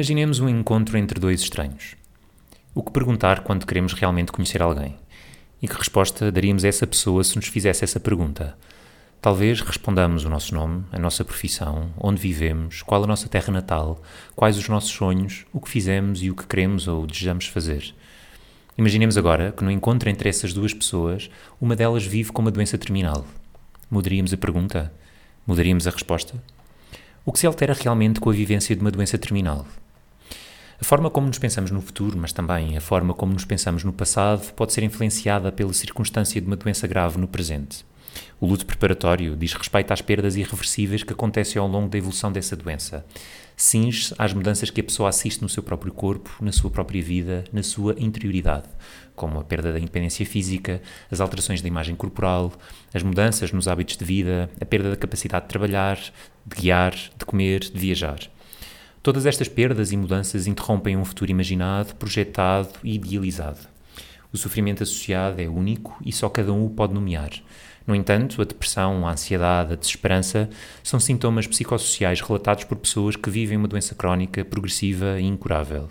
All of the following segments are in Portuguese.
Imaginemos um encontro entre dois estranhos. O que perguntar quando queremos realmente conhecer alguém? E que resposta daríamos a essa pessoa se nos fizesse essa pergunta? Talvez respondamos o nosso nome, a nossa profissão, onde vivemos, qual a nossa terra natal, quais os nossos sonhos, o que fizemos e o que queremos ou desejamos fazer. Imaginemos agora que no encontro entre essas duas pessoas, uma delas vive com uma doença terminal. Mudaríamos a pergunta? Mudaríamos a resposta? O que se altera realmente com a vivência de uma doença terminal? A forma como nos pensamos no futuro, mas também a forma como nos pensamos no passado, pode ser influenciada pela circunstância de uma doença grave no presente. O luto preparatório diz respeito às perdas irreversíveis que acontecem ao longo da evolução dessa doença. Cinge-se às mudanças que a pessoa assiste no seu próprio corpo, na sua própria vida, na sua interioridade, como a perda da independência física, as alterações da imagem corporal, as mudanças nos hábitos de vida, a perda da capacidade de trabalhar, de guiar, de comer, de viajar. Todas estas perdas e mudanças interrompem um futuro imaginado, projetado e idealizado. O sofrimento associado é único e só cada um o pode nomear. No entanto, a depressão, a ansiedade, a desesperança são sintomas psicossociais relatados por pessoas que vivem uma doença crónica, progressiva e incurável.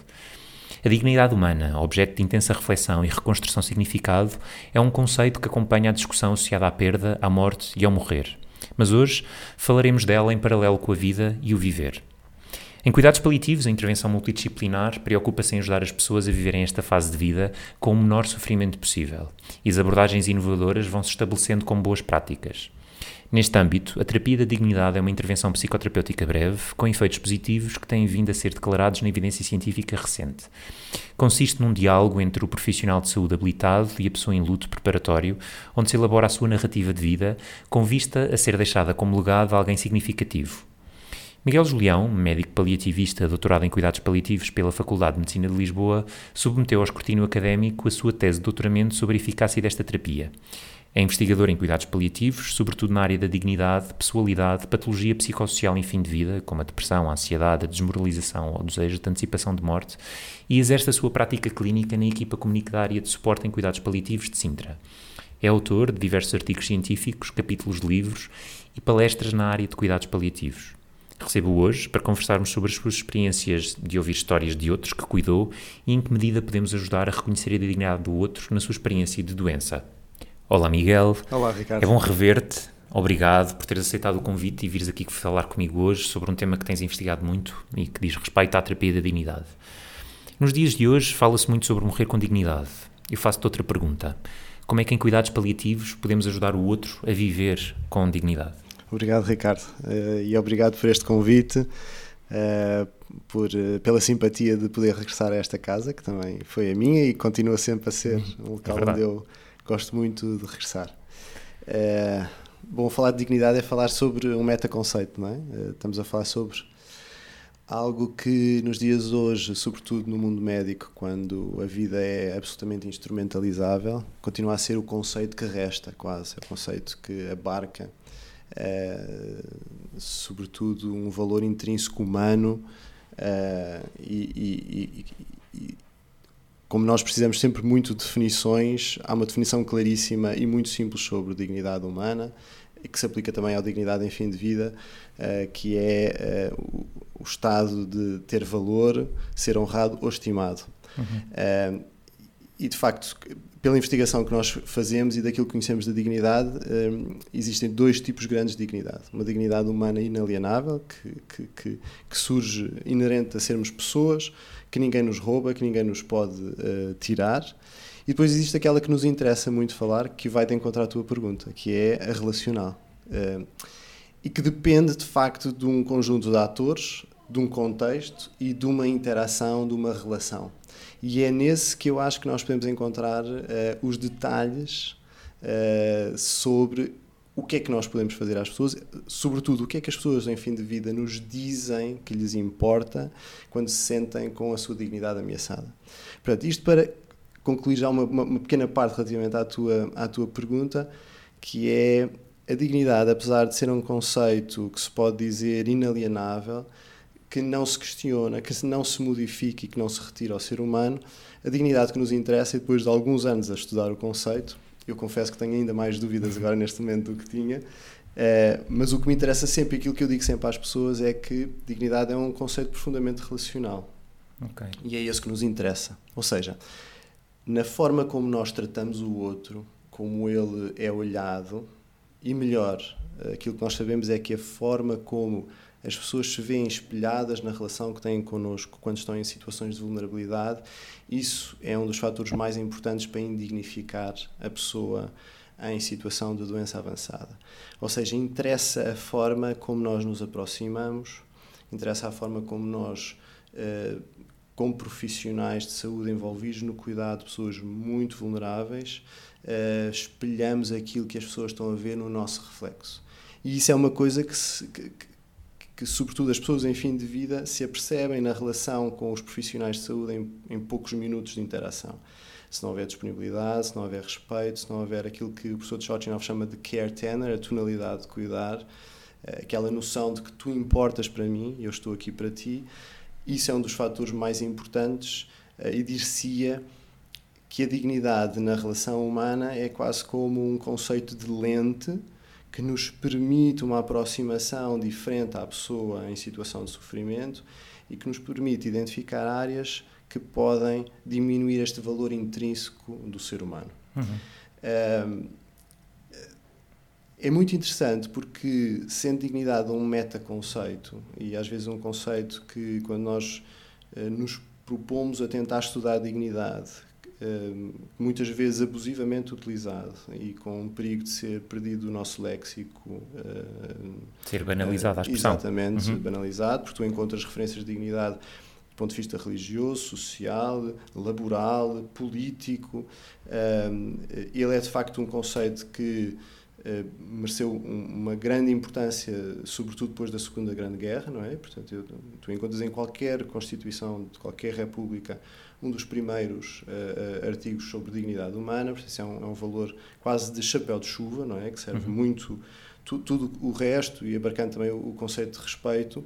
A dignidade humana, objeto de intensa reflexão e reconstrução de significado, é um conceito que acompanha a discussão associada à perda, à morte e ao morrer. Mas hoje falaremos dela em paralelo com a vida e o viver. Em cuidados paliativos, a intervenção multidisciplinar preocupa-se em ajudar as pessoas a viverem esta fase de vida com o menor sofrimento possível, e as abordagens inovadoras vão se estabelecendo como boas práticas. Neste âmbito, a terapia da dignidade é uma intervenção psicoterapêutica breve, com efeitos positivos que têm vindo a ser declarados na evidência científica recente. Consiste num diálogo entre o profissional de saúde habilitado e a pessoa em luto preparatório, onde se elabora a sua narrativa de vida, com vista a ser deixada como legado a alguém significativo. Miguel Julião, médico paliativista doutorado em cuidados paliativos pela Faculdade de Medicina de Lisboa, submeteu ao escrutínio académico a sua tese de doutoramento sobre a eficácia desta terapia. É investigador em cuidados paliativos, sobretudo na área da dignidade, pessoalidade, patologia psicossocial em fim de vida, como a depressão, a ansiedade, a desmoralização ou o desejo de antecipação de morte, e exerce a sua prática clínica na equipa comunitária de suporte em cuidados paliativos de Sintra. É autor de diversos artigos científicos, capítulos de livros e palestras na área de cuidados paliativos. Recebo-o hoje para conversarmos sobre as suas experiências de ouvir histórias de outros que cuidou e em que medida podemos ajudar a reconhecer a dignidade do outro na sua experiência de doença. Olá, Miguel. Olá, Ricardo. É bom rever-te. Obrigado por teres aceitado o convite e vires aqui falar comigo hoje sobre um tema que tens investigado muito e que diz respeito à terapia da dignidade. Nos dias de hoje fala-se muito sobre morrer com dignidade. Eu faço-te outra pergunta. Como é que em cuidados paliativos podemos ajudar o outro a viver com dignidade? Obrigado, Ricardo, e obrigado por este convite, pela simpatia de poder regressar a esta casa, que também foi a minha e continua sempre a ser um local onde eu gosto muito de regressar. Bom, falar de dignidade é falar sobre um metaconceito, não é? Estamos a falar sobre algo que nos dias de hoje, sobretudo no mundo médico, quando a vida é absolutamente instrumentalizável, continua a ser o conceito que resta, quase, é o conceito que abarca sobretudo um valor intrínseco humano e como nós precisamos sempre muito de definições, há uma definição claríssima e muito simples sobre dignidade humana e que se aplica também à dignidade em fim de vida, que é o estado de ter valor, ser honrado ou estimado. E de facto, pela investigação que nós fazemos e daquilo que conhecemos da dignidade, existem dois tipos grandes de dignidade. Uma dignidade humana inalienável, que surge inerente a sermos pessoas, que ninguém nos rouba, que ninguém nos pode tirar. E depois existe aquela que nos interessa muito falar, que vai de encontro à tua pergunta, que é a relacional. E que depende, de facto, de um conjunto de atores, de um contexto e de uma interação, de uma relação. E é nesse que eu acho que nós podemos encontrar os detalhes sobre o que é que nós podemos fazer às pessoas, sobretudo o que é que as pessoas em fim de vida nos dizem que lhes importa quando se sentem com a sua dignidade ameaçada. Portanto, isto para concluir já uma pequena parte relativamente à tua pergunta, que é a dignidade, apesar de ser um conceito que se pode dizer inalienável, que não se questiona, que não se modifica e que não se retira ao ser humano, a dignidade que nos interessa, e depois de alguns anos a estudar o conceito, eu confesso que tenho ainda mais dúvidas agora neste momento do que tinha, Mas o que me interessa sempre, aquilo que eu digo sempre às pessoas, é que dignidade é um conceito profundamente relacional. Ok. E é esse que nos interessa. Ou seja, na forma como nós tratamos o outro, como ele é olhado, e melhor, aquilo que nós sabemos é que a forma como as pessoas se veem espelhadas na relação que têm connosco quando estão em situações de vulnerabilidade, isso é um dos fatores mais importantes para indignificar a pessoa em situação de doença avançada. Ou seja, interessa a forma como nós nos aproximamos, interessa a forma como nós, como profissionais de saúde envolvidos no cuidado de pessoas muito vulneráveis, espelhamos aquilo que as pessoas estão a ver no nosso reflexo. E isso é uma coisa que sobretudo as pessoas em fim de vida se apercebem na relação com os profissionais de saúde em poucos minutos de interação. Se não houver disponibilidade, se não houver respeito, se não houver aquilo que o professor Chochinov chama de care tenor, a tonalidade de cuidar, aquela noção de que tu importas para mim, eu estou aqui para ti, isso é um dos fatores mais importantes, e dir-se-ia que a dignidade na relação humana é quase como um conceito de lente que nos permite uma aproximação diferente à pessoa em situação de sofrimento e que nos permite identificar áreas que podem diminuir este valor intrínseco do ser humano. É muito interessante porque, sendo dignidade um metaconceito, e às vezes um conceito que, quando nós nos propomos a tentar estudar a dignidade, muitas vezes abusivamente utilizado e com o perigo de ser perdido do nosso léxico. Ser banalizado a expressão. Exatamente, banalizado, porque tu encontras referências de dignidade do ponto de vista religioso, social, laboral, político. Ele é de facto um conceito que mereceu uma grande importância, sobretudo depois da Segunda Grande Guerra, não é? Portanto, tu encontras em qualquer Constituição de qualquer república um dos primeiros artigos sobre dignidade humana. Portanto, isso é um valor quase de chapéu de chuva, não é? Que serve muito tudo o resto, e abarcando também o conceito de respeito.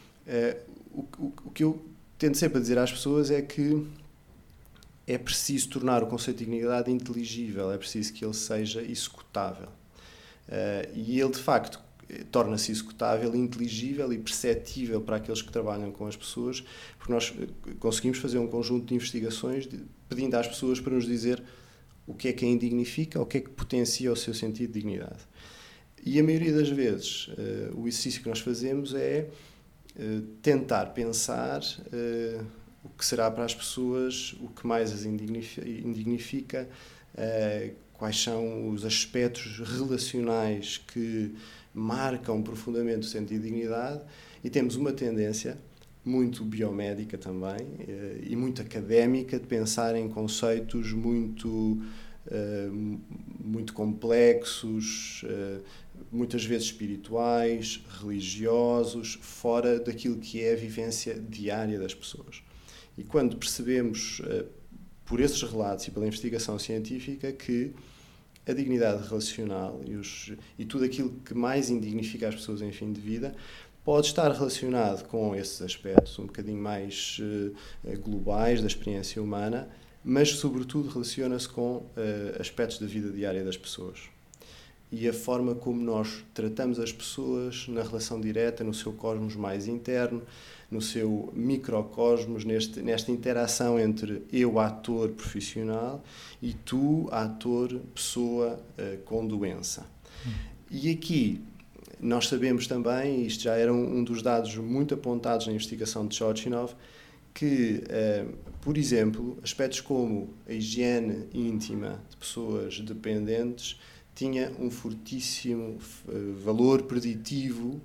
O que eu tento sempre a dizer às pessoas é que é preciso tornar o conceito de dignidade inteligível, é preciso que ele seja executável. E ele, de facto, torna-se executável, inteligível e perceptível para aqueles que trabalham com as pessoas, porque nós conseguimos fazer um conjunto de investigações pedindo às pessoas para nos dizer o que é que a indignifica, o que é que potencia o seu sentido de dignidade. E a maioria das vezes o exercício que nós fazemos é tentar pensar o que será para as pessoas o que mais as indignifica, quais são os aspectos relacionais que marcam profundamente o sentido de dignidade, e temos uma tendência muito biomédica também e muito académica de pensar em conceitos muito complexos, muitas vezes espirituais, religiosos, fora daquilo que é a vivência diária das pessoas. E quando percebemos, por esses relatos e pela investigação científica, que a dignidade relacional e tudo aquilo que mais indignifica as pessoas em fim de vida pode estar relacionado com esses aspectos um bocadinho mais globais da experiência humana, mas sobretudo relaciona-se com aspectos da vida diária das pessoas. E a forma como nós tratamos as pessoas na relação direta, no seu cosmos mais interno, no seu microcosmos, nesta interação entre eu, ator profissional, e tu, ator, pessoa com doença. E aqui nós sabemos também, e isto já era um dos dados muito apontados na investigação de Chochinov, que, por exemplo, aspectos como a higiene íntima de pessoas dependentes tinha um fortíssimo valor preditivo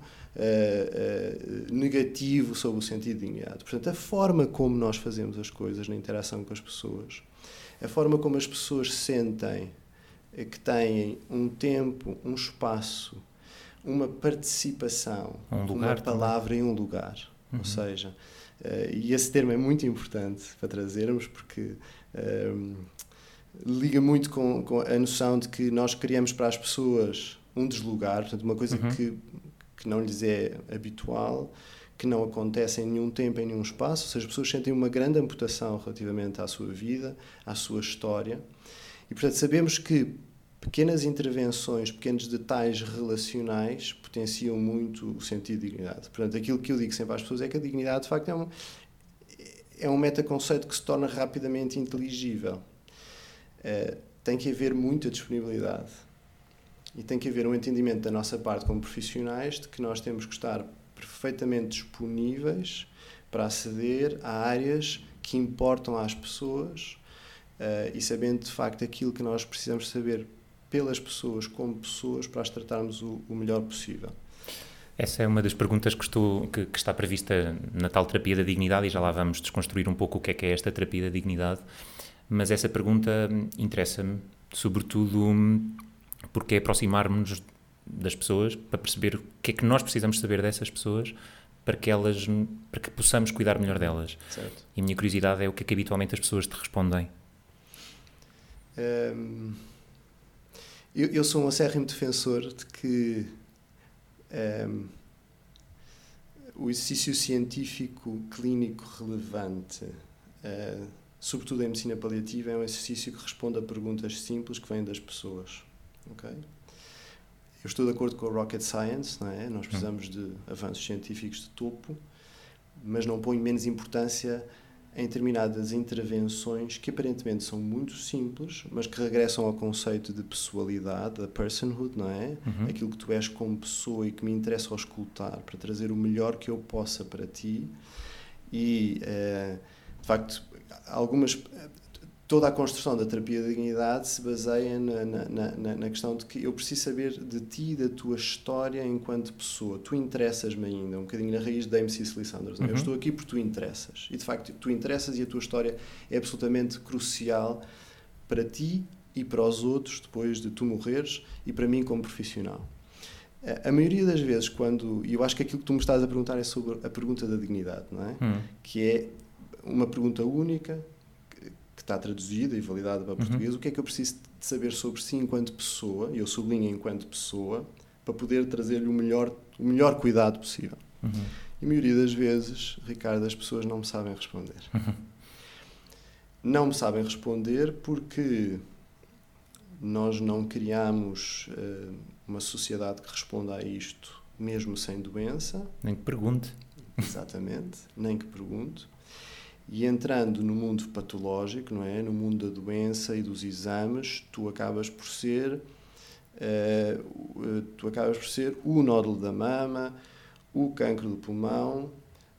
negativo sobre o sentido de dignidade. Portanto, a forma como nós fazemos as coisas na interação com as pessoas, a forma como as pessoas sentem que têm um tempo, um espaço, uma participação, uma palavra e um lugar. Ou seja, e esse termo é muito importante para trazermos, porque liga muito com a noção de que nós criamos para as pessoas um deslugar, portanto, uma coisa que não lhes é habitual, que não acontece em nenhum tempo, em nenhum espaço. Ou seja, as pessoas sentem uma grande amputação relativamente à sua vida, à sua história. E, portanto, sabemos que pequenas intervenções, pequenos detalhes relacionais potenciam muito o sentido de dignidade. Portanto, aquilo que eu digo sempre às pessoas é que a dignidade, de facto, é um metaconceito que se torna rapidamente inteligível. Tem que haver muita disponibilidade e tem que haver um entendimento da nossa parte como profissionais de que nós temos que estar perfeitamente disponíveis para aceder a áreas que importam às pessoas, e sabendo de facto aquilo que nós precisamos saber pelas pessoas como pessoas para as tratarmos o melhor possível. Essa é uma das perguntas que está prevista na tal terapia da dignidade, e já lá vamos desconstruir um pouco o que é esta terapia da dignidade, mas essa pergunta interessa-me, sobretudo porque é aproximarmos-nos das pessoas para perceber o que é que nós precisamos saber dessas pessoas para que possamos cuidar melhor delas. Certo. E a minha curiosidade é o que é que habitualmente as pessoas te respondem. Eu sou um acérrimo defensor de que o exercício científico clínico relevante, sobretudo em medicina paliativa, é um exercício que responde a perguntas simples que vêm das pessoas. Okay? Eu estou de acordo com a rocket science, não é? Nós precisamos de avanços científicos de topo, mas não ponho menos importância em determinadas intervenções que aparentemente são muito simples, mas que regressam ao conceito de pessoalidade, da personhood, não é? Aquilo que tu és como pessoa e que me interessa auscultar para trazer o melhor que eu possa para ti. E, de facto, toda a construção da terapia da dignidade se baseia na questão de que eu preciso saber de ti e da tua história enquanto pessoa. Tu interessas-me ainda, um bocadinho na raiz de MC Cecily Saunders. Eu estou aqui porque tu interessas. E, de facto, tu interessas e a tua história é absolutamente crucial para ti e para os outros depois de tu morreres e para mim como profissional. A maioria das vezes, e eu acho que aquilo que tu me estás a perguntar é sobre a pergunta da dignidade, não é? Que é uma pergunta única, que está traduzida e validada para português. O que é que eu preciso de saber sobre si enquanto pessoa, e eu sublinho enquanto pessoa, para poder trazer-lhe o melhor cuidado possível. E a maioria das vezes, Ricardo, as pessoas não me sabem responder. Não me sabem responder porque nós não criamos uma sociedade que responda a isto mesmo sem doença. Nem que pergunte. Exatamente, nem que pergunte. E entrando no mundo patológico, não é? No mundo da doença e dos exames, tu acabas por ser o nódulo da mama, o cancro do pulmão,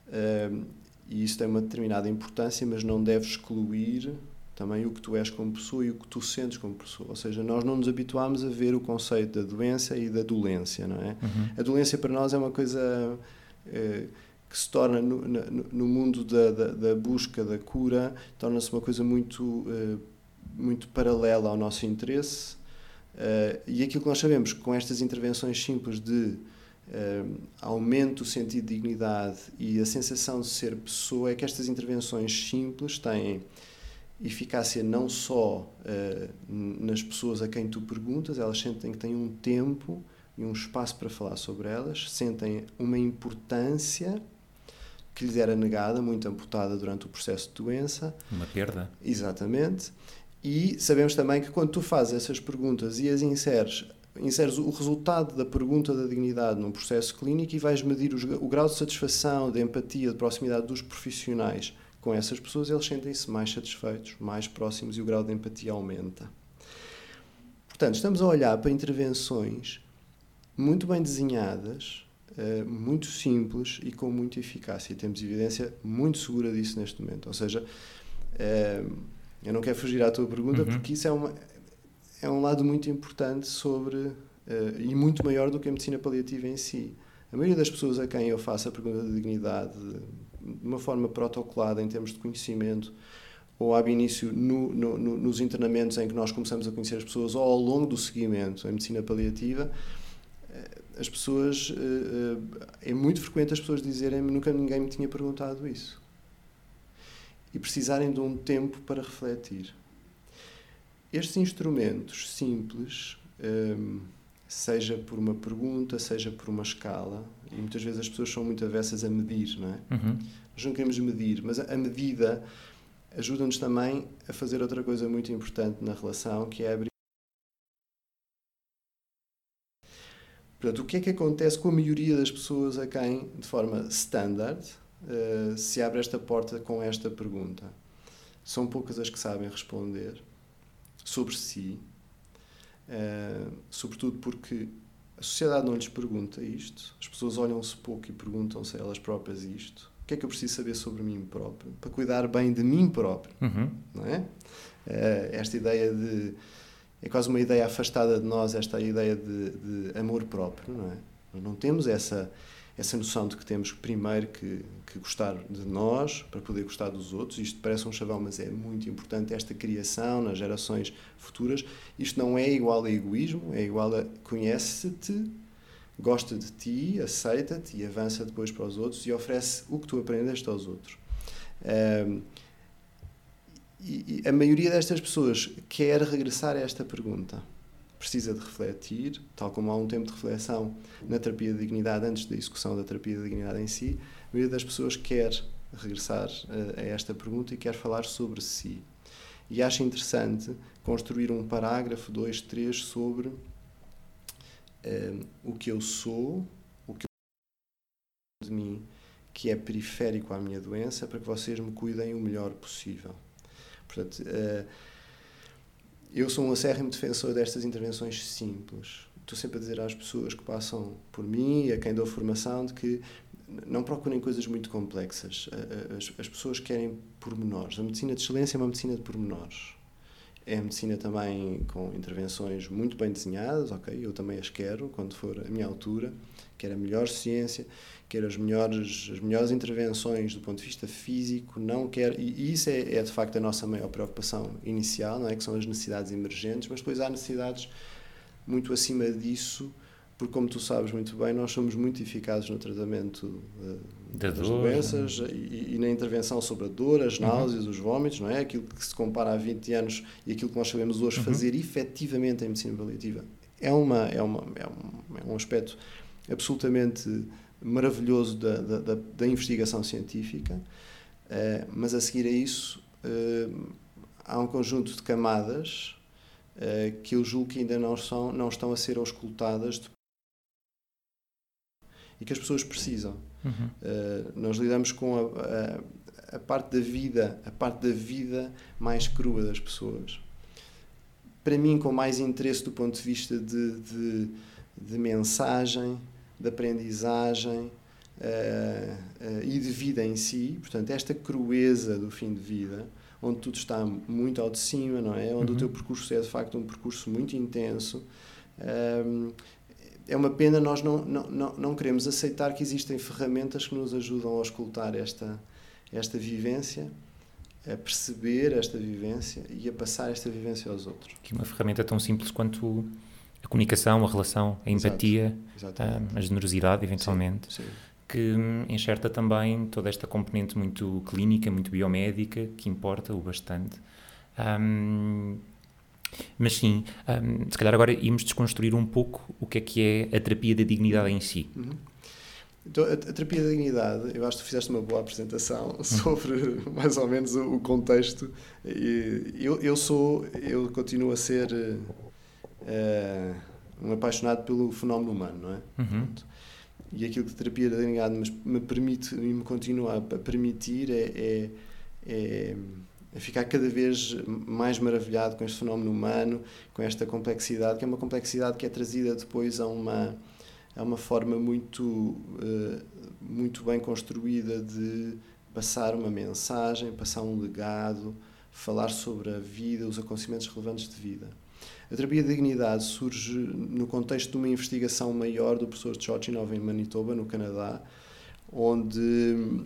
e isso tem uma determinada importância, mas não deve excluir também o que tu és como pessoa e o que tu sentes como pessoa. Ou seja, nós não nos habituámos a ver o conceito da doença e da dolência, não é? A dolência para nós é uma coisa que se torna no mundo da busca da cura, torna-se uma coisa muito paralela ao nosso interesse, e aquilo que nós sabemos com estas intervenções simples de aumento do sentido de dignidade e a sensação de ser pessoa, é que estas intervenções simples têm eficácia não só nas pessoas a quem tu perguntas, elas sentem que têm um tempo e um espaço para falar sobre elas, sentem uma importância que lhes era negada, muito amputada durante o processo de doença. Uma perda. Exatamente. E sabemos também que quando tu fazes essas perguntas e as inseres o resultado da pergunta da dignidade num processo clínico e vais medir o grau de satisfação, de empatia, de proximidade dos profissionais com essas pessoas, eles sentem-se mais satisfeitos, mais próximos e o grau de empatia aumenta. Portanto, estamos a olhar para intervenções muito bem desenhadas, muito simples e com muita eficácia. E temos evidência muito segura disso neste momento. Ou seja, eu não quero fugir à tua pergunta, porque isso é um lado muito importante sobre, e muito maior do que a medicina paliativa em si. A maioria das pessoas a quem eu faço a pergunta da dignidade, de uma forma protocolada em termos de conhecimento, ou ab início nos internamentos em que nós começamos a conhecer as pessoas, ou ao longo do seguimento em medicina paliativa, as pessoas, é muito frequente as pessoas dizerem-me: nunca ninguém me tinha perguntado isso. E precisarem de um tempo para refletir. Estes instrumentos simples, seja por uma pergunta, seja por uma escala, e muitas vezes as pessoas são muito avessas a medir, não é? Nós não queremos medir, mas a medida ajuda-nos também a fazer outra coisa muito importante na relação, que é abrir. Portanto, o que é que acontece com a maioria das pessoas a quem, de forma standard, se abre esta porta com esta pergunta. São poucas as que sabem responder sobre si, sobretudo porque a sociedade não lhes pergunta isto, as pessoas olham-se pouco e perguntam-se a elas próprias isto. O que é que eu preciso saber sobre mim próprio para cuidar bem de mim próprio? Não é? Esta ideia de... É quase uma ideia afastada de nós, esta ideia de amor próprio, não é? Nós não temos essa noção de que temos primeiro que gostar de nós para poder gostar dos outros. Isto parece um chavão, mas é muito importante esta criação nas gerações futuras. Isto não é igual a egoísmo, é igual a conhece-te, gosta de ti, aceita-te e avança depois para os outros e oferece o que tu aprendeste aos outros. E a maioria destas pessoas quer regressar a esta pergunta. Precisa de refletir, tal como há um tempo de reflexão na terapia de dignidade antes da execução da terapia de dignidade em si. A maioria das pessoas quer regressar a esta pergunta e quer falar sobre si. E acho interessante construir um parágrafo, 2, 3, sobre o que eu sou, o que eu de mim, que é periférico à minha doença, para que vocês me cuidem o melhor possível. Portanto, eu sou um acérrimo defensor destas intervenções simples. Estou sempre a dizer às pessoas que passam por mim e a quem dou formação de que não procurem coisas muito complexas. As pessoas querem pormenores. A medicina de excelência é uma medicina de pormenores. É a medicina também com intervenções muito bem desenhadas, ok? Eu também as quero, quando for a minha altura. Quero a melhor ciência, quero as melhores intervenções do ponto de vista físico, não quero... E isso é de facto a nossa maior preocupação inicial, não é? Que são as necessidades emergentes, mas depois há necessidades muito acima disso, porque, como tu sabes muito bem, nós somos muito eficazes no tratamento das doenças e na intervenção sobre a dor, as náuseas, os vômitos, não é? Aquilo que se compara a 20 anos e aquilo que nós sabemos hoje fazer efetivamente em medicina paliativa é um aspecto absolutamente maravilhoso da investigação científica, mas a seguir a isso há um conjunto de camadas que eu julgo que ainda não estão a ser auscultadas e que as pessoas precisam. Nós lidamos com a parte da vida mais crua das pessoas. Para mim, com mais interesse do ponto de vista de mensagem, de aprendizagem e de vida em si. Portanto, esta crueza do fim de vida, onde tudo está muito ao de cima, não é? Onde o teu percurso é, de facto, um percurso muito intenso. É uma pena nós não queremos aceitar que existem ferramentas que nos ajudam a auscultar esta vivência, a perceber esta vivência e a passar esta vivência aos outros. Que uma ferramenta tão simples quanto a comunicação, a relação, a empatia, a generosidade, eventualmente, sim. Que enxerta também toda esta componente muito clínica, muito biomédica, que importa o bastante. Mas sim, se calhar agora íamos desconstruir um pouco o que é a terapia da dignidade em si. Então, a terapia da dignidade, eu acho que tu fizeste uma boa apresentação sobre mais ou menos o contexto. Eu continuo a ser um apaixonado pelo fenómeno humano, não é? E aquilo que a terapia da dignidade me permite e me continua a permitir é ficar cada vez mais maravilhado com este fenómeno humano, com esta complexidade, que é uma complexidade que é trazida depois a uma forma muito bem construída de passar uma mensagem, passar um legado, falar sobre a vida, os acontecimentos relevantes de vida. A terapia da dignidade surge no contexto de uma investigação maior do professor Chochinov em Manitoba, no Canadá, onde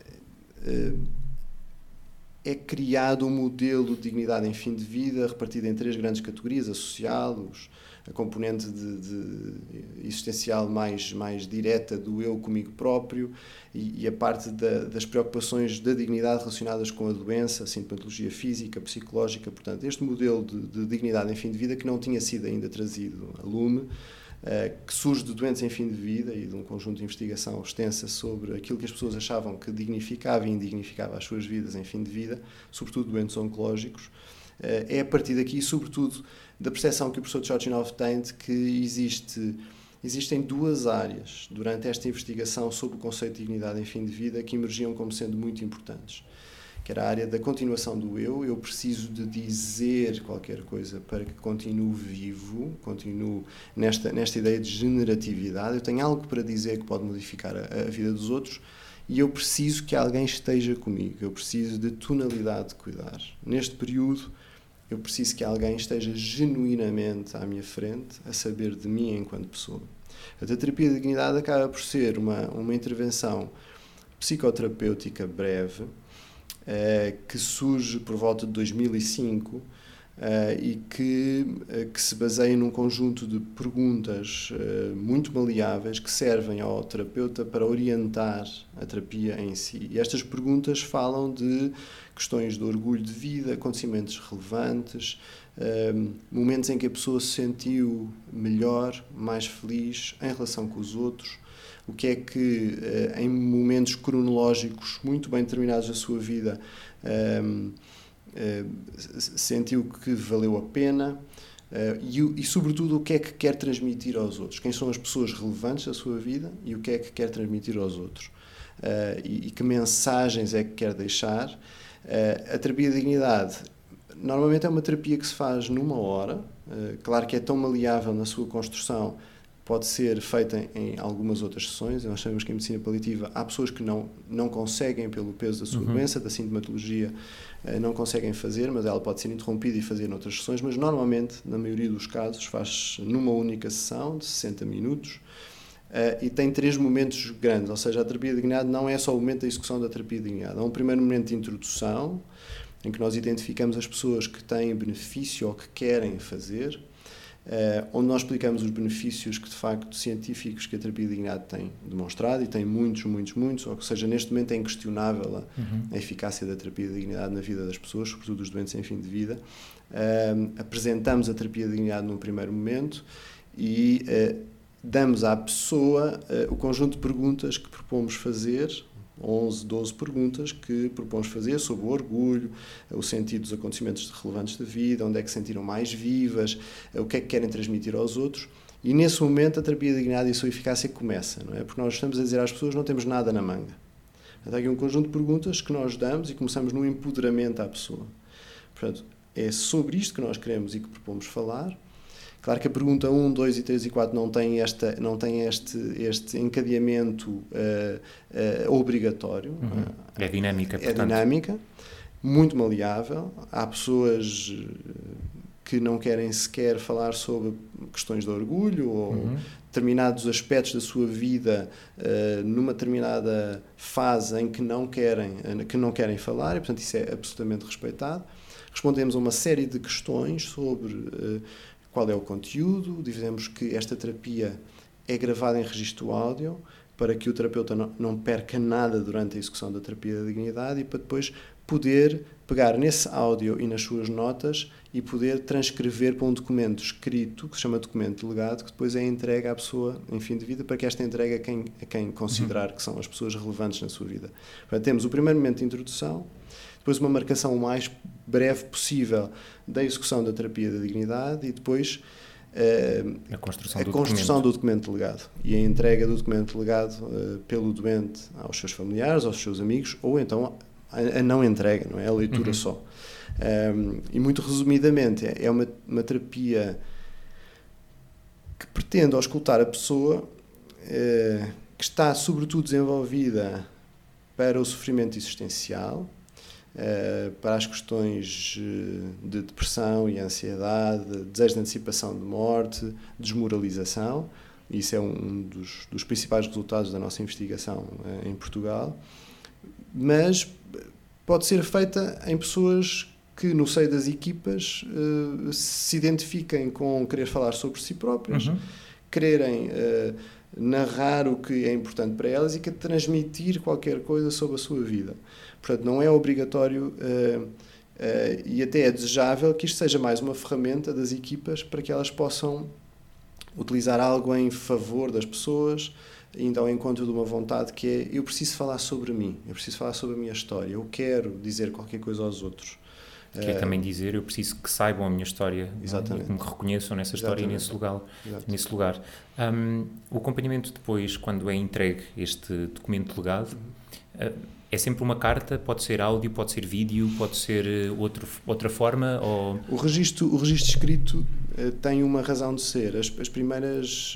é criado um modelo de dignidade em fim de vida repartido em 3 grandes categorias: a social, a componente existencial mais direta do eu comigo próprio e a parte das preocupações da dignidade relacionadas com a doença, a sintomatologia física, psicológica. Portanto, este modelo de dignidade em fim de vida que não tinha sido ainda trazido a lume, que surge de doentes em fim de vida e de um conjunto de investigação extensa sobre aquilo que as pessoas achavam que dignificava e indignificava as suas vidas em fim de vida, sobretudo doentes oncológicos. É a partir daqui, sobretudo, da percepção que o professor Chochinov tem de que existe existem duas áreas durante esta investigação sobre o conceito de dignidade em fim de vida que emergiam como sendo muito importantes, que era a área da continuação do eu preciso de dizer qualquer coisa para que continue vivo, continue nesta ideia de generatividade, eu tenho algo para dizer que pode modificar a vida dos outros, e eu preciso que alguém esteja comigo, eu preciso de tonalidade de cuidar. Neste período, eu preciso que alguém esteja genuinamente à minha frente a saber de mim enquanto pessoa. A terapia de dignidade acaba por ser uma intervenção psicoterapêutica breve, que surge por volta de 2005 e que se baseia num conjunto de perguntas muito maleáveis que servem ao terapeuta para orientar a terapia em si. E estas perguntas falam de questões de orgulho de vida, acontecimentos relevantes, momentos em que a pessoa se sentiu melhor, mais feliz em relação com os outros, o que é que em momentos cronológicos muito bem determinados da sua vida sentiu que valeu a pena, e sobretudo o que é que quer transmitir aos outros, quem são as pessoas relevantes da sua vida e o que é que quer transmitir aos outros, e que mensagens é que quer deixar. A terapia de dignidade normalmente é uma terapia que se faz numa hora, claro que é tão maleável na sua construção, pode ser feita em algumas outras sessões. Nós sabemos que em medicina paliativa há pessoas que não conseguem, pelo peso da sua doença, da sintomatologia, não conseguem fazer, mas ela pode ser interrompida e fazer noutras sessões, mas normalmente, na maioria dos casos, faz numa única sessão de 60 minutos, e tem 3 momentos grandes, ou seja, a terapia de dignidade não é só o momento da execução da terapia de dignidade, há um primeiro momento de introdução, em que nós identificamos as pessoas que têm benefício ou que querem fazer, onde nós explicamos os benefícios que, de facto, científicos que a terapia de dignidade tem demonstrado, e tem muitos, ou seja, neste momento é inquestionável a eficácia da terapia de dignidade na vida das pessoas, sobretudo dos doentes em fim de vida. Apresentamos a terapia de dignidade num primeiro momento e damos à pessoa o conjunto de perguntas que propomos fazer, 11, 12 perguntas que propomos fazer sobre o orgulho, o sentido dos acontecimentos relevantes da vida, onde é que se sentiram mais vivas, o que é que querem transmitir aos outros, e nesse momento a terapia de dignidade e a sua eficácia começa, não é? Porque nós estamos a dizer às pessoas não temos nada na manga. Há aqui um conjunto de perguntas que nós damos e começamos no empoderamento à pessoa. Portanto, é sobre isto que nós queremos e que propomos falar. Claro que a pergunta 1, 2 e 3 e 4 não tem este encadeamento obrigatório. É dinâmica, portanto. É dinâmica, muito maleável. Há pessoas que não querem sequer falar sobre questões de orgulho ou determinados aspectos da sua vida numa determinada fase em que não querem falar, e portanto isso é absolutamente respeitado. Respondemos a uma série de questões sobre qual é o conteúdo, dizemos que esta terapia é gravada em registro áudio para que o terapeuta não perca nada durante a execução da terapia da dignidade, e para depois poder pegar nesse áudio e nas suas notas e poder transcrever para um documento escrito, que se chama documento delegado, que depois é entregue à pessoa em fim de vida, para que esta entregue a quem considerar que são as pessoas relevantes na sua vida. Portanto, temos o primeiro momento de introdução, depois uma marcação o mais breve possível da execução da terapia da dignidade e depois a construção do documento delegado e a entrega do documento delegado pelo doente aos seus familiares, aos seus amigos, ou então a não entrega, não é? A leitura só. E muito resumidamente, é uma terapia que pretende auscultar a pessoa, que está sobretudo desenvolvida para o sofrimento existencial, para as questões de depressão e ansiedade, desejo de antecipação de morte, desmoralização. Isso é um dos principais resultados da nossa investigação em Portugal, mas pode ser feita em pessoas que no seio das equipas se identifiquem com querer falar sobre si próprias, quererem narrar o que é importante para elas e que transmitir qualquer coisa sobre a sua vida. Portanto, não é obrigatório e até é desejável que isto seja mais uma ferramenta das equipas para que elas possam utilizar algo em favor das pessoas, indo ao encontro de uma vontade que é: eu preciso falar sobre mim, eu preciso falar sobre a minha história, eu quero dizer qualquer coisa aos outros. Que é também dizer, eu preciso que saibam a minha história, Exatamente. E que me reconheçam nessa história e nesse lugar. O acompanhamento depois, quando é entregue este documento legado, é sempre uma carta, pode ser áudio, pode ser vídeo, pode ser outra forma? Ou... O registro escrito tem uma razão de ser. As primeiras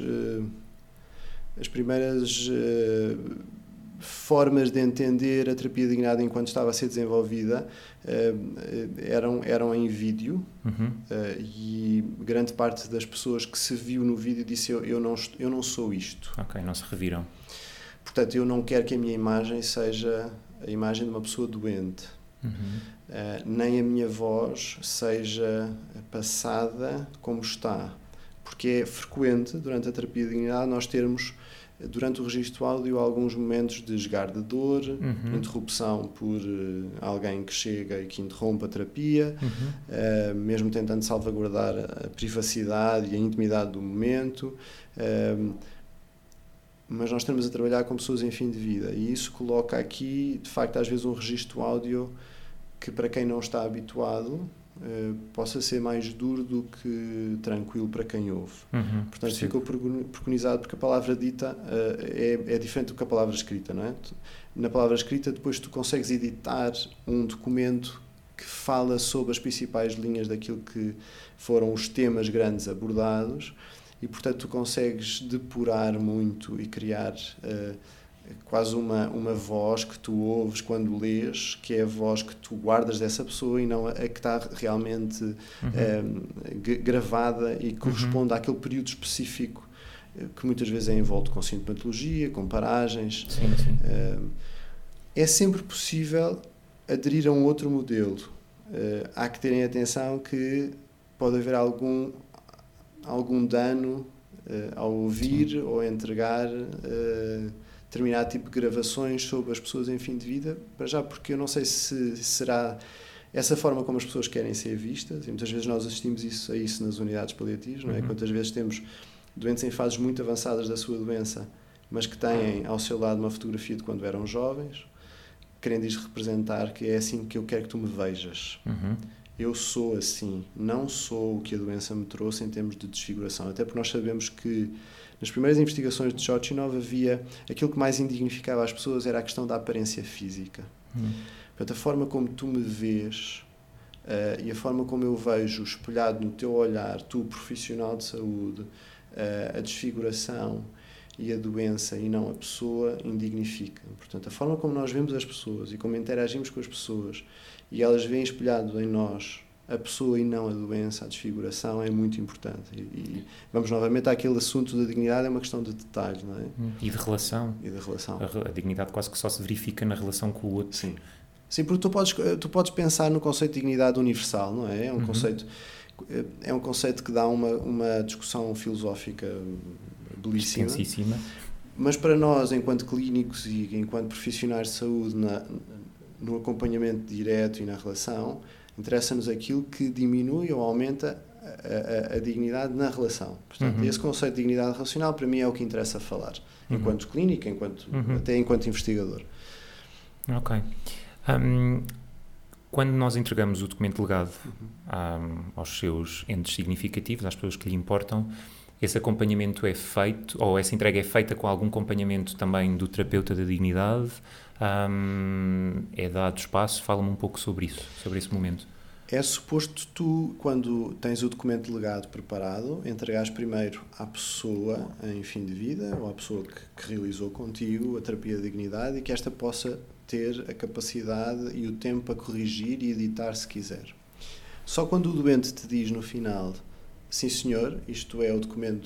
formas de entender a terapia de dignidade enquanto estava a ser desenvolvida eram em vídeo, e grande parte das pessoas que se viu no vídeo disse eu não sou isto. Ok, não se reviram. Portanto, eu não quero que a minha imagem seja a imagem de uma pessoa doente. Nem a minha voz seja passada como está. Porque é frequente, durante a terapia de dignidade, nós termos, durante o registro áudio, alguns momentos de esgar de dor, interrupção por alguém que chega e que interrompe a terapia, mesmo tentando salvaguardar a privacidade e a intimidade do momento. Mas nós estamos a trabalhar com pessoas em fim de vida e isso coloca aqui, de facto, às vezes um registro áudio que, para quem não está habituado, possa ser mais duro do que tranquilo para quem ouve. Portanto, ficou preconizado, porque a palavra dita é diferente do que a palavra escrita, não é? Na palavra escrita, depois tu consegues editar um documento que fala sobre as principais linhas daquilo que foram os temas grandes abordados, e portanto tu consegues depurar muito e criar quase uma voz que tu ouves quando lês, que é a voz que tu guardas dessa pessoa e não a que está realmente gravada e corresponde àquele período específico que muitas vezes é envolto com sintomatologia, com paragens. Sim. É sempre possível aderir a um outro modelo. Há que terem atenção que pode haver algum dano ao ouvir ou entregar determinado tipo de gravações sobre as pessoas em fim de vida, para já, porque eu não sei se será essa forma como as pessoas querem ser vistas, e muitas vezes nós assistimos a isso nas unidades paliativas, não é? Quantas vezes temos doentes em fases muito avançadas da sua doença, mas que têm ao seu lado uma fotografia de quando eram jovens, querendo representar que é assim que eu quero que tu me vejas. Eu sou assim, não sou o que a doença me trouxe em termos de desfiguração. Até porque nós sabemos que nas primeiras investigações de Chochinov havia aquilo que mais indignificava as pessoas era a questão da aparência física. Portanto, a forma como tu me vês e a forma como eu vejo espelhado no teu olhar, tu profissional de saúde, a desfiguração e a doença e não a pessoa indignifica. Portanto, a forma como nós vemos as pessoas e como interagimos com as pessoas e elas veem espelhado em nós a pessoa e não a doença, a desfiguração, é muito importante. E vamos novamente àquele assunto da dignidade, é uma questão de detalhe, não é? E de relação. A dignidade quase que só se verifica na relação com o outro. Sim, porque tu podes pensar no conceito de dignidade universal, não é? É um conceito que dá uma discussão filosófica belíssima. Extensíssima. Mas para nós, enquanto clínicos e enquanto profissionais de saúde, no acompanhamento direto e na relação, interessa-nos aquilo que diminui ou aumenta a dignidade na relação. Portanto, esse conceito de dignidade relacional, para mim, é o que interessa falar, enquanto clínico, até enquanto investigador. Ok. Quando nós entregamos o documento legado aos seus entes significativos, às pessoas que lhe importam, esse acompanhamento é feito, ou essa entrega é feita com algum acompanhamento também do terapeuta da dignidade? É dado espaço? Fala-me um pouco sobre isso, sobre esse momento. É suposto tu, quando tens o documento legado preparado, entregares primeiro à pessoa em fim de vida, ou à pessoa que realizou contigo a terapia de dignidade, e que esta possa ter a capacidade e o tempo para corrigir e editar se quiser. Só quando o doente te diz no final: sim senhor, isto é o documento,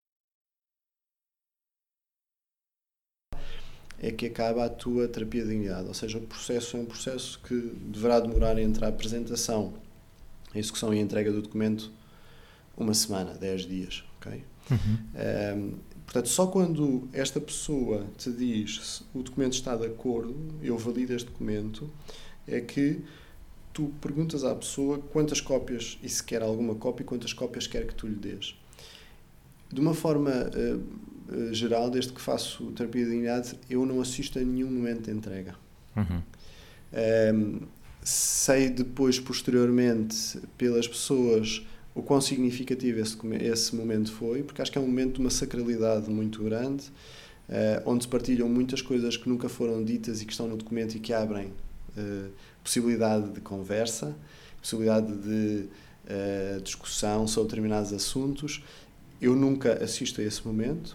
é que acaba a tua terapia de dignidade. Ou seja, o processo é um processo que deverá demorar entre a apresentação, a execução e a entrega do documento 1 semana, 10 dias. Okay? Portanto, só quando esta pessoa te diz o documento está de acordo, eu valido este documento, é que tu perguntas à pessoa quantas cópias, e se quer alguma cópia, quantas cópias quer que tu lhe dês. De uma forma geral, desde que faço terapia de dignidade, eu não assisto a nenhum momento de entrega. sei depois, posteriormente, pelas pessoas, o quão significativo esse momento foi, porque acho que é um momento de uma sacralidade muito grande, onde se partilham muitas coisas que nunca foram ditas e que estão no documento e que abrem possibilidade de conversa, possibilidade de discussão sobre determinados assuntos. Eu nunca assisto a esse momento,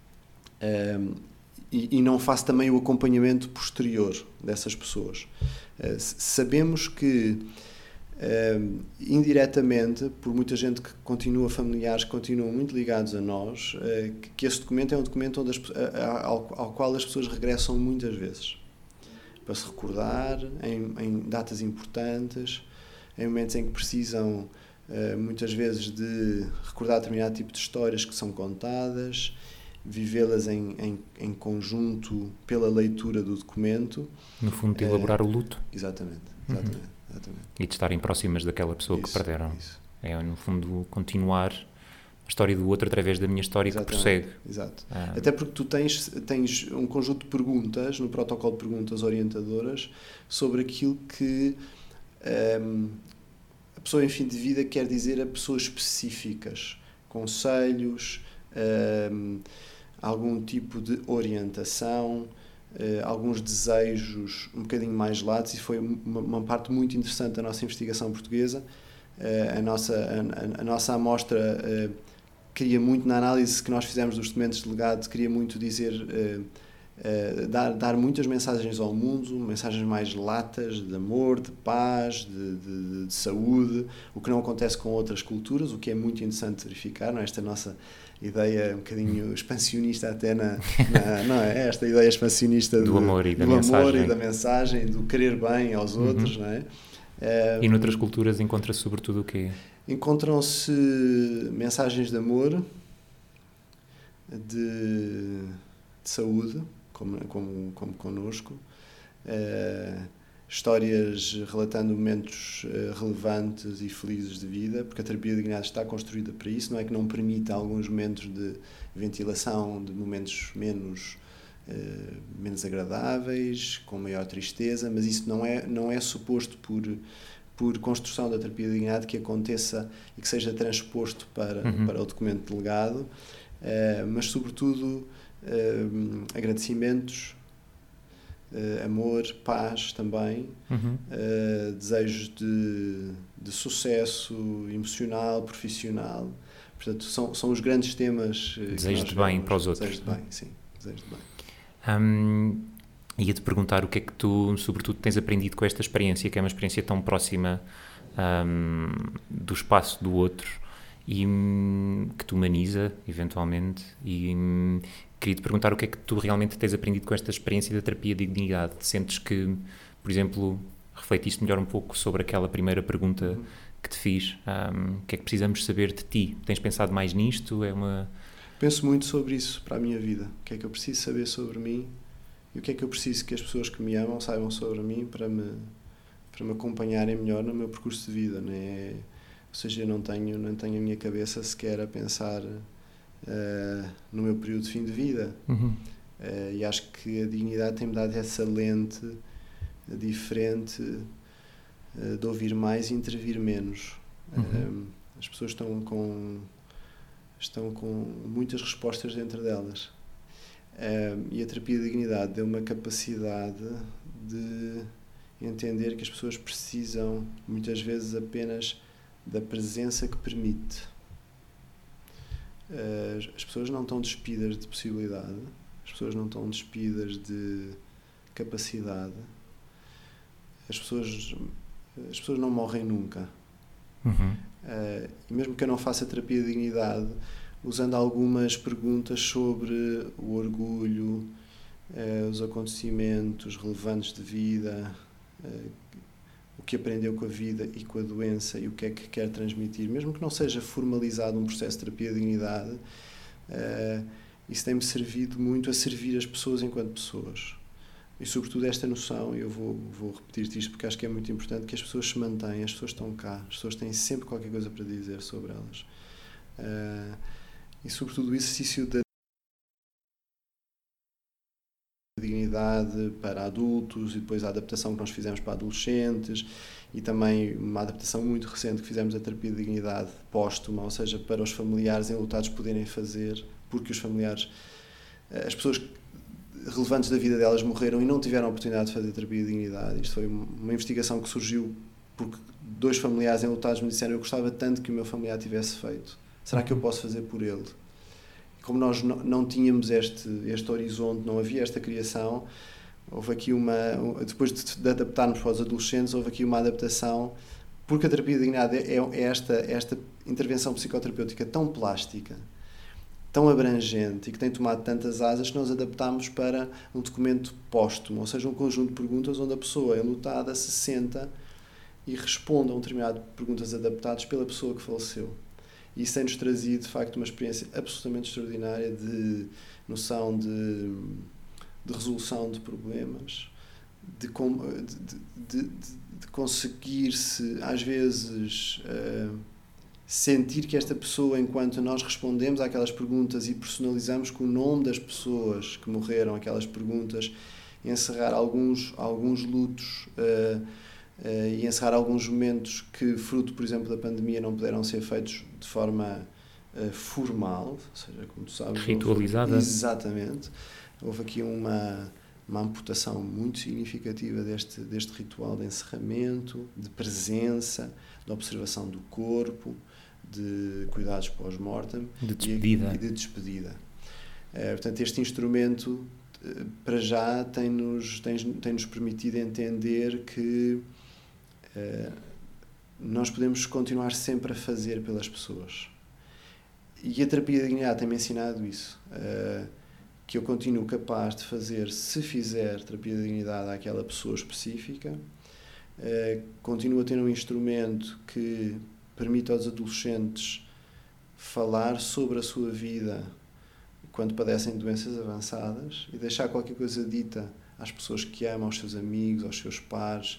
e não faço também o acompanhamento posterior dessas pessoas. Sabemos que, indiretamente, por muita gente que continua, familiares que continuam muito ligados a nós, que esse documento é um documento ao qual as pessoas regressam muitas vezes, para se recordar em datas importantes, em momentos em que precisam, muitas vezes, de recordar determinado tipo de histórias que são contadas, vivê-las em conjunto pela leitura do documento. No fundo, de elaborar o luto. Exatamente. E de estarem próximas daquela pessoa que perderam. É, no fundo, continuar a história do outro através da minha história. Exatamente. Que prossegue. Exato. Até porque tu tens um conjunto de perguntas, no protocolo de perguntas orientadoras, sobre aquilo que a pessoa em fim de vida quer dizer a pessoas específicas, conselhos, algum tipo de orientação, alguns desejos um bocadinho mais latos, e foi uma parte muito interessante da nossa investigação portuguesa. A nossa amostra queria muito, na análise que nós fizemos dos documentos de legado, queria muito dizer, dar muitas mensagens ao mundo, mensagens mais latas de amor, de paz, de saúde, o que não acontece com outras culturas, o que é muito interessante verificar, não é? Esta nossa ideia um bocadinho expansionista até não é? Esta ideia expansionista do amor e da mensagem, do querer bem aos outros, não é? E noutras culturas encontra-se sobretudo o quê? Encontram-se mensagens de amor, de saúde, como connosco, histórias relatando momentos relevantes e felizes de vida, porque a terapia de dignidade está construída para isso, não é que não permita alguns momentos de ventilação, de momentos menos agradáveis, com maior tristeza, mas isso não é suposto por construção da terapia de dignidade que aconteça e que seja transposto para o documento de legado, mas sobretudo agradecimentos, amor, paz também, desejos de sucesso emocional, profissional. Portanto, são os grandes temas. Desejos de bem para os outros. Desejos de bem, sim. Desejos de bem. Ia-te perguntar o que é que tu, sobretudo, tens aprendido com esta experiência, que é uma experiência tão próxima do espaço do outro e que te humaniza, eventualmente, e queria-te perguntar o que é que tu realmente tens aprendido com esta experiência da terapia de dignidade. Sentes que, por exemplo, refletiste melhor um pouco sobre aquela primeira pergunta que te fiz? O que é que precisamos saber de ti? Tens pensado mais nisto? Penso muito sobre isso para a minha vida. O que é que eu preciso saber sobre mim e o que é que eu preciso que as pessoas que me amam saibam sobre mim para me acompanharem melhor no meu percurso de vida, não é? Ou seja, eu não tenho a minha cabeça sequer a pensar no meu período de fim de vida. E acho que a dignidade tem-me dado essa lente diferente de ouvir mais e intervir menos. As pessoas estão com muitas respostas dentro delas. E a terapia de dignidade deu uma capacidade de entender que as pessoas precisam, muitas vezes, apenas da presença que permite. As pessoas não estão despidas de possibilidade, as pessoas não estão despidas de capacidade, as pessoas não morrem nunca. E mesmo que eu não faça terapia de dignidade, usando algumas perguntas sobre o orgulho, os acontecimentos relevantes de vida, o que aprendeu com a vida e com a doença e o que é que quer transmitir, mesmo que não seja formalizado um processo de terapia de dignidade, isso tem-me servido muito a servir as pessoas enquanto pessoas. E sobretudo esta noção, e eu vou repetir-te isto porque acho que é muito importante, que as pessoas se mantêm, as pessoas estão cá, as pessoas têm sempre qualquer coisa para dizer sobre elas. E sobretudo o exercício da dignidade dignidade para adultos e depois a adaptação que nós fizemos para adolescentes e também uma adaptação muito recente que fizemos da terapia de dignidade póstuma, ou seja, para os familiares enlutados poderem fazer, porque os familiares, as pessoas relevantes da vida delas morreram e não tiveram a oportunidade de fazer terapia de dignidade. Isto foi uma investigação que surgiu porque 2 familiares enlutados me disseram: eu gostava tanto que o meu familiar tivesse feito, será que eu posso fazer por ele? Como nós não tínhamos este horizonte, não havia esta criação, houve aqui depois de adaptarmos para os adolescentes, houve aqui uma adaptação, porque a terapia de dignidade é esta intervenção psicoterapêutica tão plástica, tão abrangente e que tem tomado tantas asas que nós adaptámos para um documento póstumo, ou seja, um conjunto de perguntas onde a pessoa enlutada se senta e responde a um determinado de perguntas adaptadas pela pessoa que faleceu. E isso tem-nos trazido, de facto, uma experiência absolutamente extraordinária de noção de resolução de problemas, de conseguir-se, às vezes, sentir que esta pessoa, enquanto nós respondemos àquelas perguntas e personalizamos com o nome das pessoas que morreram aquelas perguntas, encerrar alguns lutos e encerrar alguns momentos que, fruto, por exemplo, da pandemia, não puderam ser feitos de forma formal, ou seja, como tu sabes... Ritualizada. Exatamente. Houve aqui uma amputação muito significativa deste ritual de encerramento, de presença, de observação do corpo, de cuidados pós-mortem de despedida. E de despedida. Portanto, este instrumento, para já, tem-nos permitido entender que nós podemos continuar sempre a fazer pelas pessoas. E a terapia de dignidade tem-me ensinado isso. Que eu continuo capaz de fazer, se fizer terapia de dignidade àquela pessoa específica, continuo a ter um instrumento que permite aos adolescentes falar sobre a sua vida quando padecem doenças avançadas e deixar qualquer coisa dita às pessoas que amam, aos seus amigos, aos seus pares,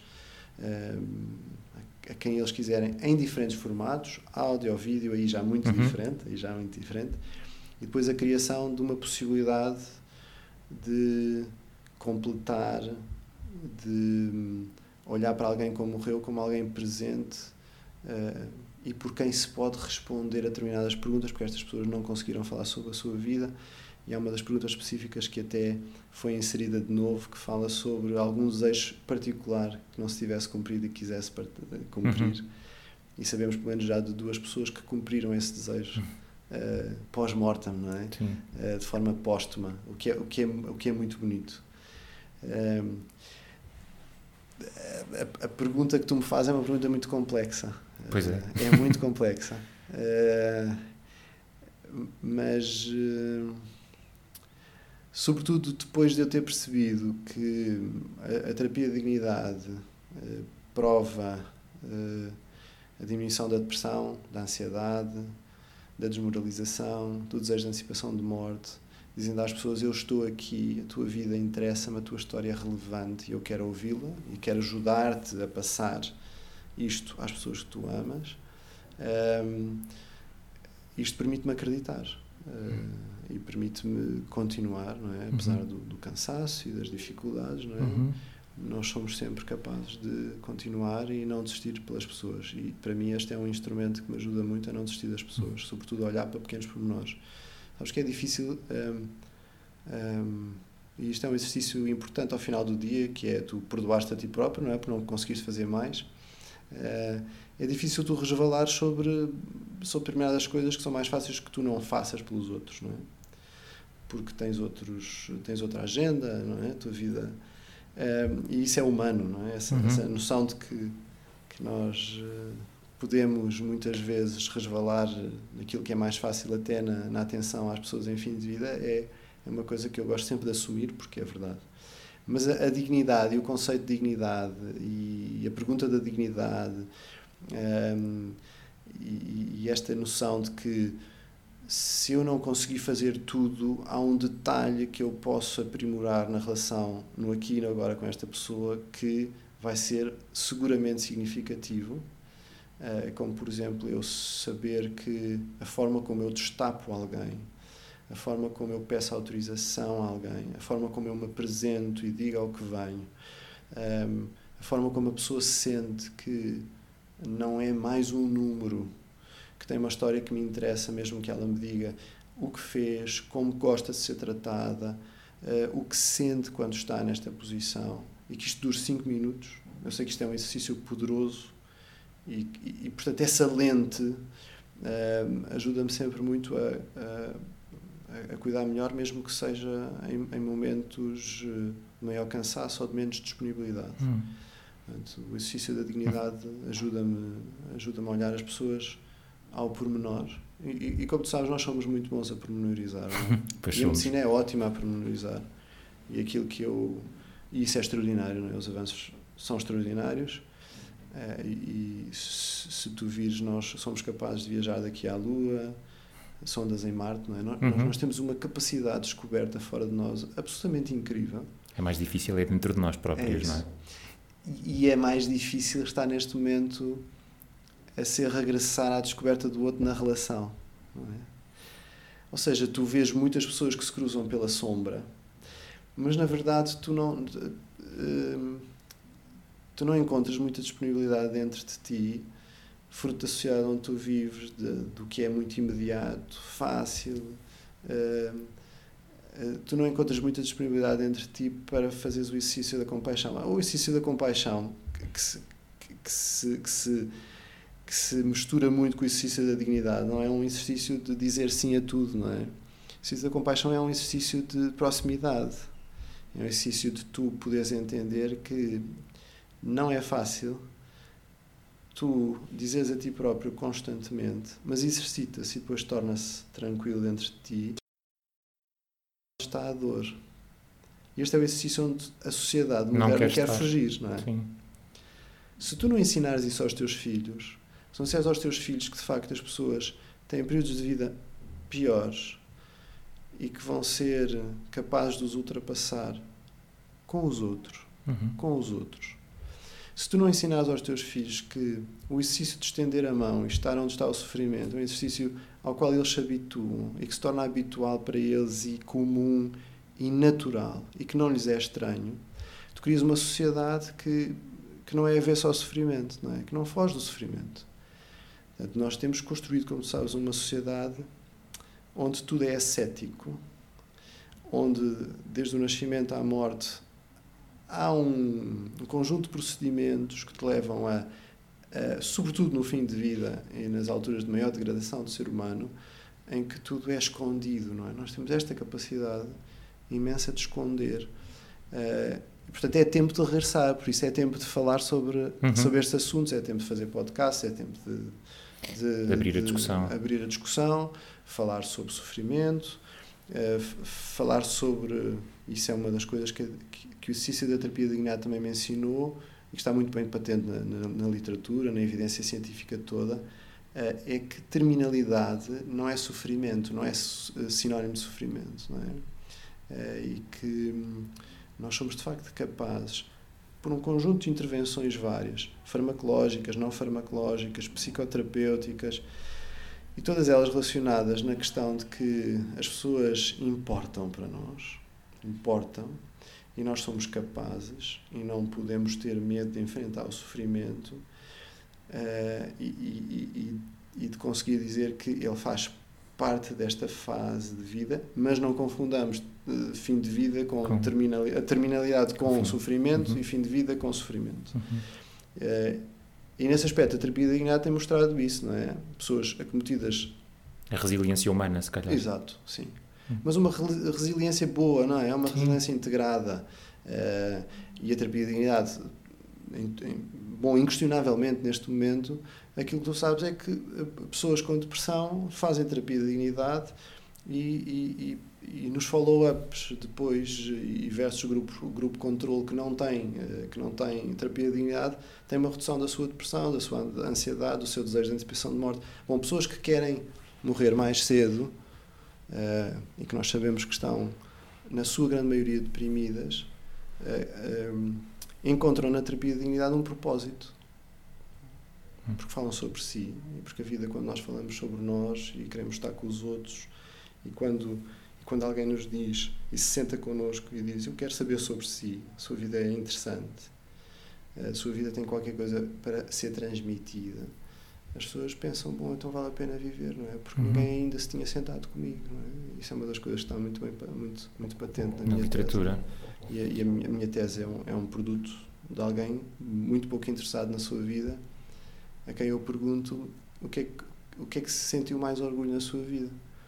a quem eles quiserem, em diferentes formatos, áudio ou vídeo, aí já muito diferente, e depois a criação de uma possibilidade de completar, de olhar para alguém como morreu como alguém presente e por quem se pode responder a determinadas perguntas, porque estas pessoas não conseguiram falar sobre a sua vida, e há uma das perguntas específicas que até foi inserida de novo, que fala sobre algum desejo particular que não se tivesse cumprido e que quisesse cumprir, e sabemos pelo menos já de 2 pessoas que cumpriram esse desejo pós-mortem, não é? De forma póstuma, o que é muito bonito. A pergunta que tu me fazes é uma pergunta muito complexa. Pois é. É muito complexa. Mas sobretudo depois de eu ter percebido que a terapia de dignidade prova a diminuição da depressão, da ansiedade, da desmoralização, do desejo de antecipação de morte, dizendo às pessoas: eu estou aqui, a tua vida interessa-me, a tua história é relevante e eu quero ouvi-la e quero ajudar-te a passar isto às pessoas que tu amas. Isto permite-me acreditar e permite-me continuar, não é? Apesar do cansaço e das dificuldades, não é? Nós somos sempre capazes de continuar e não desistir pelas pessoas, e para mim este é um instrumento que me ajuda muito a não desistir das pessoas, sobretudo a olhar para pequenos pormenores. Sabes que é difícil, e isto é um exercício importante ao final do dia, que é tu perdoaste a ti próprio, não é? Por não conseguires fazer mais. É difícil tu resvalar sobre determinadas coisas que são mais fáceis que tu não faças pelos outros, não é? Porque tens outra agenda, não é? A tua vida... e isso é humano, não é? Essa noção de que nós podemos muitas vezes resvalar naquilo que é mais fácil até na atenção às pessoas em fim de vida é uma coisa que eu gosto sempre de assumir, porque é verdade. Mas a dignidade e o conceito de dignidade e a pergunta da dignidade e esta noção de que se eu não conseguir fazer tudo, há um detalhe que eu posso aprimorar na relação, no aqui e no agora com esta pessoa, que vai ser seguramente significativo, como por exemplo eu saber que a forma como eu destapo alguém, a forma como eu peço autorização a alguém, a forma como eu me apresento e digo ao que venho, a forma como a pessoa se sente que não é mais um número, que tem uma história que me interessa, mesmo que ela me diga o que fez, como gosta de ser tratada, o que sente quando está nesta posição, e que isto dure 5 minutos. Eu sei que isto é um exercício poderoso e portanto, essa lente ajuda-me sempre muito a cuidar melhor, mesmo que seja em momentos de maior cansaço ou de menos disponibilidade. Portanto, o exercício da dignidade ajuda-me a olhar as pessoas ao pormenor. E como tu sabes, nós somos muito bons a pormenorizar. Não é? E a medicina é ótima a pormenorizar. E aquilo que e isso é extraordinário, não é? Os avanços são extraordinários. E se tu vires, nós somos capazes de viajar daqui à Lua, sondas em Marte, não é? Nós temos uma capacidade descoberta fora de nós absolutamente incrível. É mais difícil dentro de nós próprios, não é? E é mais difícil estar neste momento a ser regressar à descoberta do outro na relação, não é? Ou seja, tu vês muitas pessoas que se cruzam pela sombra, mas na verdade tu não encontras muita disponibilidade dentro de ti, fruto da sociedade onde tu vives, do que é muito imediato, fácil. Tu não encontras muita disponibilidade entre ti para fazeres o exercício da compaixão. O exercício da compaixão que se mistura muito com o exercício da dignidade, não é um exercício de dizer sim a tudo, não é? O exercício da compaixão é um exercício de proximidade, é um exercício de tu poderes entender que não é fácil tu dizeres a ti próprio constantemente, mas exercita-se e depois torna-se tranquilo dentro de ti. Está a dor. Este é o exercício onde a sociedade moderna quer fugir, não é? Sim. Se tu não ensinares isso aos teus filhos, se não disseres aos teus filhos que de facto as pessoas têm períodos de vida piores e que vão ser capazes de os ultrapassar com os outros, se tu não ensinares aos teus filhos que o exercício de estender a mão e estar onde está o sofrimento é um exercício ao qual eles se habituam e que se torna habitual para eles e comum e natural e que não lhes é estranho, tu crias uma sociedade que não é avessa ao sofrimento, não é? Que não foge do sofrimento. Portanto, nós temos construído, como tu sabes, uma sociedade onde tudo é ascético, onde desde o nascimento à morte há um conjunto de procedimentos que te levam sobretudo no fim de vida e nas alturas de maior degradação do ser humano, em que tudo é escondido, não é? Nós temos esta capacidade imensa de esconder. Portanto, é tempo de regressar, por isso é tempo de falar sobre estes assuntos, é tempo de fazer podcasts, é tempo de abrir a discussão, falar sobre sofrimento, falar sobre... Isso é uma das coisas que o exercício da terapia da dignidade também me ensinou e que está muito bem patente na literatura, na evidência científica toda, é que terminalidade não é sofrimento, não é sinónimo de sofrimento, não é? E que nós somos de facto capazes, por um conjunto de intervenções várias, farmacológicas, não farmacológicas, psicoterapêuticas, e todas elas relacionadas na questão de que as pessoas importam para nós, e nós somos capazes e não podemos ter medo de enfrentar o sofrimento e de conseguir dizer que ele faz parte desta fase de vida, mas não confundamos fim de vida com a terminalidade com o sofrimento e fim de vida com sofrimento. E nesse aspecto a terapia da dignidade tem mostrado isso, não é? Pessoas acometidas... A resiliência humana, se calhar. Exato, sim. Mas uma resiliência boa, não é? É uma resiliência integrada. E a terapia de dignidade, inquestionavelmente neste momento, aquilo que tu sabes é que pessoas com depressão fazem terapia de dignidade e nos follow-ups depois e versus o grupo controle que não tem terapia de dignidade, tem uma redução da sua depressão, da sua ansiedade, do seu desejo de antecipação de morte. Bom, pessoas que querem morrer mais cedo e que nós sabemos que estão, na sua grande maioria, deprimidas, encontram na terapia de dignidade um propósito. Porque falam sobre si, e porque a vida, quando nós falamos sobre nós e queremos estar com os outros, e quando quando alguém nos diz e se senta connosco e diz: eu quero saber sobre si, a sua vida é interessante, a sua vida tem qualquer coisa para ser transmitida, as pessoas pensam: bom, então vale a pena viver, não é? Porque ninguém ainda se tinha sentado comigo, não é? Isso é uma das coisas que está muito patente na minha literatura. Tese. E a minha tese é um produto de alguém muito pouco interessado na sua vida, a quem eu pergunto o que é que se sentiu mais orgulho na sua vida.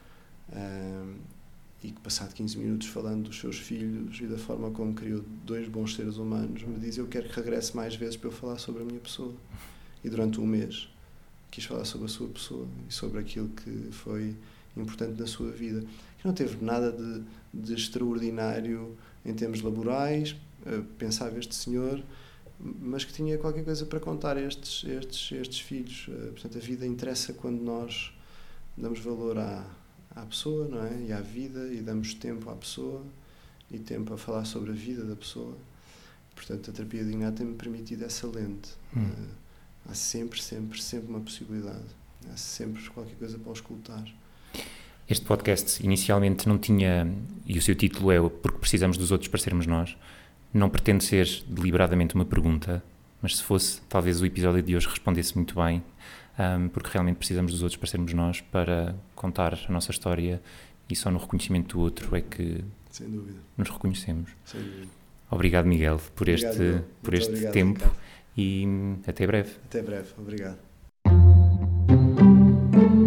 E que, passado 15 minutos falando dos seus filhos e da forma como criou 2 bons seres humanos, me diz: eu quero que regresse mais vezes para eu falar sobre a minha pessoa. E durante um mês quis falar sobre a sua pessoa e sobre aquilo que foi importante na sua vida, que não teve nada de extraordinário em termos laborais, pensava este senhor, mas que tinha qualquer coisa para contar a estes filhos. Portanto, a vida interessa quando nós damos valor à pessoa, não é? E à vida, e damos tempo à pessoa e tempo a falar sobre a vida da pessoa. Portanto, a terapia de dignidade tem-me permitido essa lente. Há sempre uma possibilidade. Há sempre qualquer coisa para escutar. Este podcast inicialmente não tinha, e o seu título é Porque Precisamos dos Outros para Sermos Nós, não pretende ser deliberadamente uma pergunta, mas se fosse, talvez o episódio de hoje respondesse muito bem, porque realmente precisamos dos outros para sermos nós, para contar a nossa história, e só no reconhecimento do outro é que sem dúvida nos reconhecemos. Sem dúvida. Obrigado, Miguel, por este tempo, Ricardo. E até breve. Até breve, obrigado.